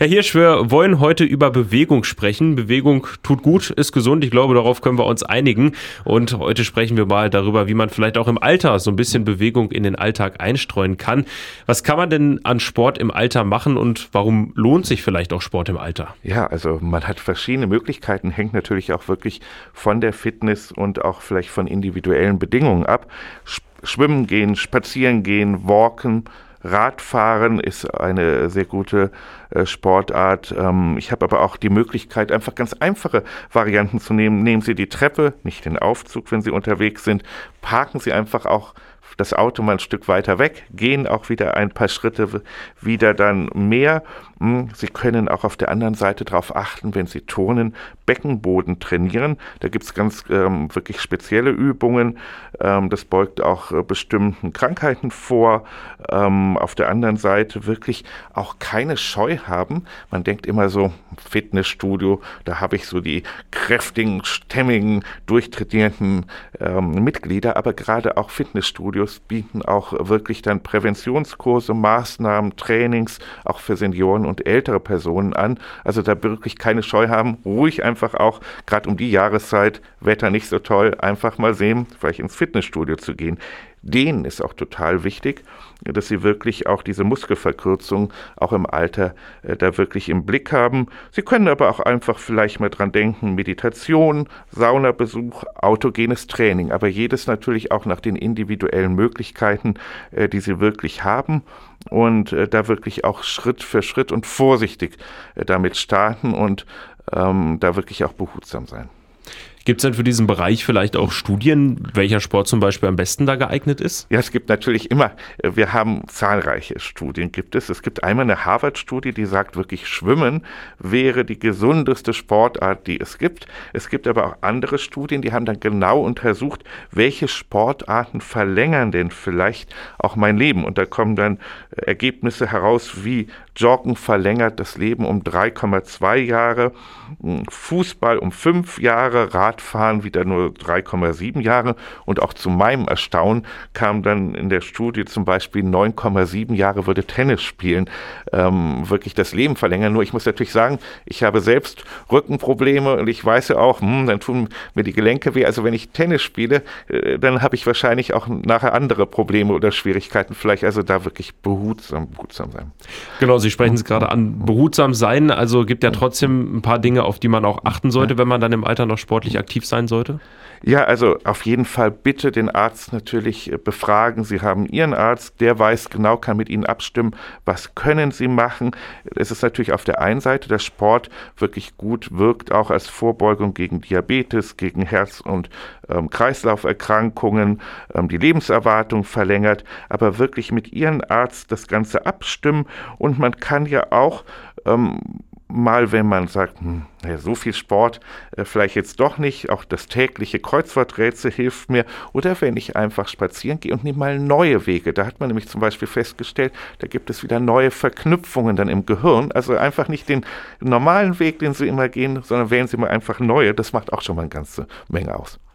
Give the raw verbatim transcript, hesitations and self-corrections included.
Herr Hirsch, wir wollen heute über Bewegung sprechen. Bewegung tut gut, ist gesund. Ich glaube, darauf können wir uns einigen. Und heute sprechen wir mal darüber, wie man vielleicht auch im Alter so ein bisschen Bewegung in den Alltag einstreuen kann. Was kann man denn an Sport im Alter machen und warum lohnt sich vielleicht auch Sport im Alter? Ja, also man hat verschiedene Möglichkeiten, hängt natürlich auch wirklich von der Fitness und auch vielleicht von individuellen Bedingungen ab. Schwimmen gehen, spazieren gehen, walken, Radfahren ist eine sehr gute äh, Sportart. Ähm, ich habe aber auch die Möglichkeit, einfach ganz einfache Varianten zu nehmen. Nehmen Sie die Treppe, nicht den Aufzug, wenn Sie unterwegs sind. Parken Sie einfach auch das Auto mal ein Stück weiter weg, gehen auch wieder ein paar Schritte wieder dann mehr. Sie können auch auf der anderen Seite darauf achten, wenn Sie turnen, Beckenboden trainieren. Da gibt es ganz ähm, wirklich spezielle Übungen. Ähm, das beugt auch äh, bestimmten Krankheiten vor. Ähm, auf der anderen Seite wirklich auch keine Scheu haben. Man denkt immer so, Fitnessstudio, da habe ich so die kräftigen, stämmigen, durchtrainierten ähm, Mitglieder. Aber gerade auch Fitnessstudios bieten auch wirklich dann Präventionskurse, Maßnahmen, Trainings, auch für Senioren und ältere Personen an. Also da wirklich keine Scheu haben, ruhig einfach auch, gerade um die Jahreszeit, Wetter nicht so toll, einfach mal sehen, vielleicht ins Fitnessstudio zu gehen. Denen ist auch total wichtig, dass sie wirklich auch diese Muskelverkürzung auch im Alter äh, da wirklich im Blick haben. Sie können aber auch einfach vielleicht mal dran denken, Meditation, Saunabesuch, autogenes Training, aber jedes natürlich auch nach den individuellen Möglichkeiten, äh, die sie wirklich haben und äh, da wirklich auch Schritt für Schritt und vorsichtig äh, damit starten und ähm, da wirklich auch behutsam sein. Gibt es denn für diesen Bereich vielleicht auch Studien, welcher Sport zum Beispiel am besten da geeignet ist? Ja, es gibt natürlich immer, wir haben zahlreiche Studien, gibt es. Es gibt einmal eine Harvard-Studie, die sagt wirklich, Schwimmen wäre die gesundeste Sportart, die es gibt. Es gibt aber auch andere Studien, die haben dann genau untersucht, welche Sportarten verlängern denn vielleicht auch mein Leben. Und da kommen dann Ergebnisse heraus, wie Joggen verlängert das Leben um drei Komma zwei Jahre, Fußball um fünf Jahre, Radfahren wieder nur drei Komma sieben Jahre und auch zu meinem Erstaunen kam dann in der Studie zum Beispiel neun Komma sieben Jahre würde Tennis spielen, ähm, wirklich das Leben verlängern. Nur ich muss natürlich sagen, ich habe selbst Rückenprobleme und ich weiß ja auch, hm, dann tun mir die Gelenke weh. Also wenn ich Tennis spiele, äh, dann habe ich wahrscheinlich auch nachher andere Probleme oder Schwierigkeiten. Vielleicht also da wirklich behutsam, behutsam sein. Genau, Sie sprechen es gerade an, behutsam sein. Also gibt ja trotzdem ein paar Dinge, auf die man auch achten sollte, wenn man dann im Alter noch sportlich aktiv sein sollte? Ja, also auf jeden Fall bitte den Arzt natürlich befragen. Sie haben Ihren Arzt, der weiß genau, kann mit Ihnen abstimmen, was können Sie machen. Es ist natürlich auf der einen Seite, dass Sport wirklich gut wirkt, auch als Vorbeugung gegen Diabetes, gegen Herz- und ähm, Kreislauferkrankungen, ähm, die Lebenserwartung verlängert, aber wirklich mit Ihrem Arzt das Ganze abstimmen und man kann ja auch ähm, mal, wenn man sagt, hm, ja, so viel Sport, äh, vielleicht jetzt doch nicht, auch das tägliche Kreuzworträtsel hilft mir, oder wenn ich einfach spazieren gehe und nehme mal neue Wege. Da hat man nämlich zum Beispiel festgestellt, da gibt es wieder neue Verknüpfungen dann im Gehirn, also einfach nicht den normalen Weg, den Sie immer gehen, sondern wählen Sie mal einfach neue, das macht auch schon mal eine ganze Menge aus.